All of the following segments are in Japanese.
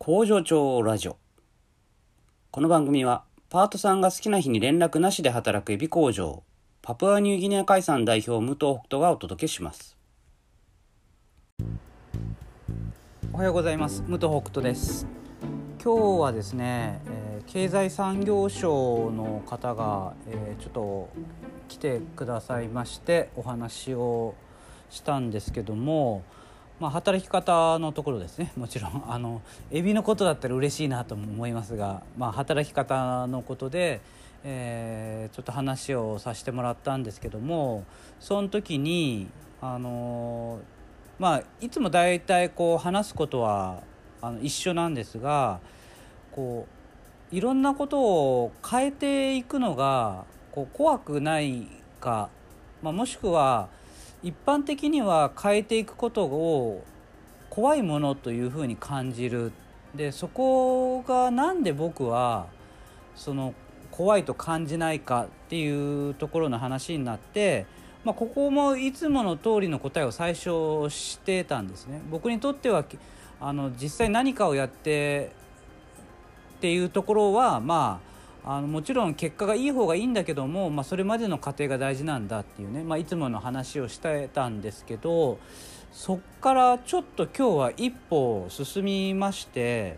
工場長ラジオ。この番組はパートさんが好きな日に連絡なしで働くエビ工場パプアニューギニア海産代表武藤北斗がお届けします。おはようございます。武藤北斗です。今日はですね、経済産業省の方が、ちょっと来てくださいましてお話をしたんですけども、働き方のところですね。もちろんエビのことだったら嬉しいなと思いますが、働き方のことで、ちょっと話をさせてもらったんですけども、その時にいつもだいたい話すことは一緒なんですが、いろんなことを変えていくのが怖くないか、もしくは一般的には変えていくことを怖いものというふうに感じる。でそこがなんで僕はその怖いと感じないかっていうところの話になって、ここもいつもの通りの答えを最初してたんですね。僕にとっては実際何かをやってっていうところはもちろん結果がいい方がいいんだけども、それまでの過程が大事なんだっていうね、いつもの話をしてたんですけど、そっからちょっと今日は一歩進みまして、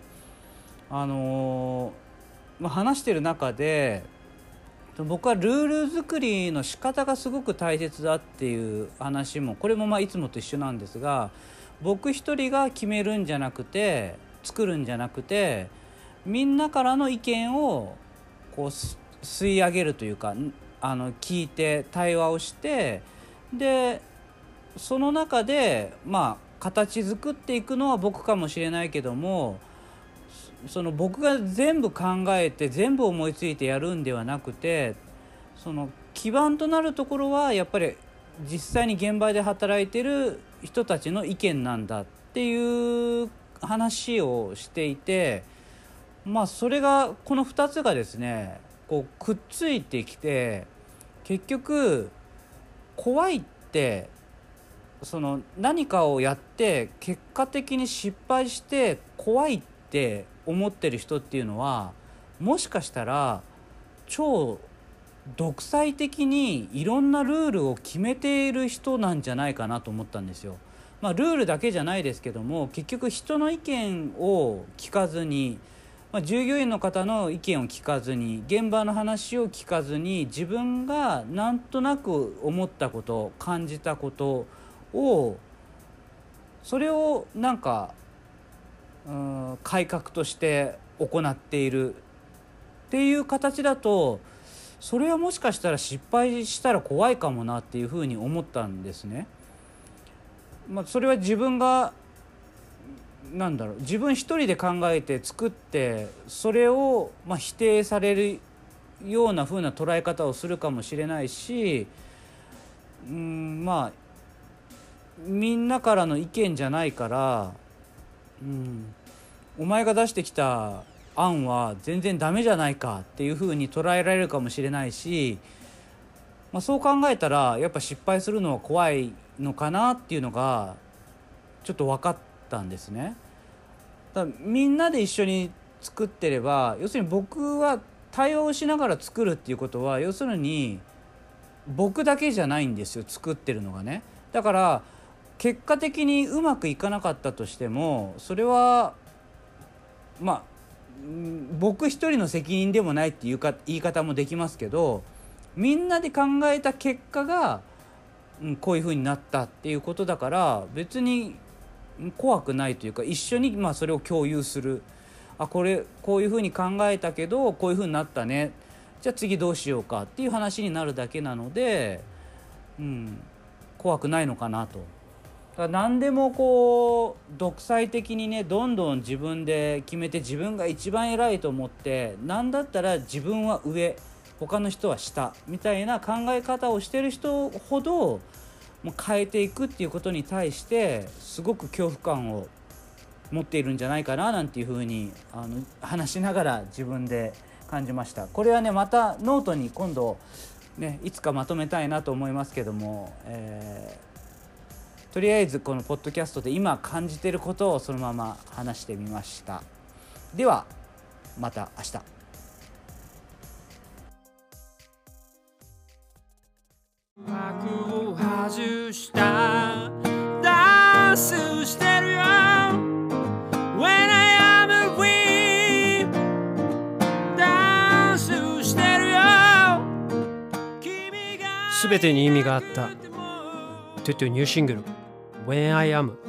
話してる中で僕はルール作りの仕方がすごく大切だっていう話も、これもいつもと一緒なんですが、僕一人が決めるんじゃなくて作るんじゃなくて、みんなからの意見を吸い上げるというか、聞いて対話をして、でその中で形作っていくのは僕かもしれないけども、その僕が全部考えて全部思いついてやるんではなくて、その基盤となるところはやっぱり実際に現場で働いてる人たちの意見なんだっていう話をしていて、それがこの2つがですねくっついてきて、結局怖いってその何かをやって結果的に失敗して怖いって思ってる人っていうのは、もしかしたら超独裁的にいろんなルールを決めている人なんじゃないかなと思ったんですよ。ルールだけじゃないですけども、結局人の意見を聞かずに、従業員の方の意見を聞かずに、現場の話を聞かずに、自分がなんとなく思ったこと、感じたことを、それを改革として行っているっていう形だと、それはもしかしたら失敗したら怖いかもなっていうふうに思ったんですね。それは自分が自分一人で考えて作って、それを否定されるような風な捉え方をするかもしれないし、みんなからの意見じゃないから、お前が出してきた案は全然ダメじゃないかっていう風に捉えられるかもしれないし、そう考えたらやっぱ失敗するのは怖いのかなっていうのがちょっと分かったんですね。だからみんなで一緒に作ってれば、要するに僕は対話をしながら作るっていうことは、要するに僕だけじゃないんですよ、作ってるのがね。だから結果的にうまくいかなかったとしても、それは僕一人の責任でもないっていう言い方もできますけど、みんなで考えた結果が、こういう風になったっていうことだから、別に怖くないというか、一緒にそれを共有する。こういう風に考えたけどこういう風になったね、じゃあ次どうしようかっていう話になるだけなので、怖くないのかなと。だから何でも独裁的にね、どんどん自分で決めて、自分が一番偉いと思って、なんだったら自分は上、他の人は下みたいな考え方をしてる人ほど、もう変えていくっていうことに対してすごく恐怖感を持っているんじゃないかななんていうふうに話しながら自分で感じました。これはね、またノートに今度ね、いつかまとめたいなと思いますけども、とりあえずこのポッドキャストで今感じていることをそのまま話してみました。 ではまた明日。 幕を外したダンスしてるよ When I am free ダンスしてるよすべてに意味があったトゥトゥニューシングル When I am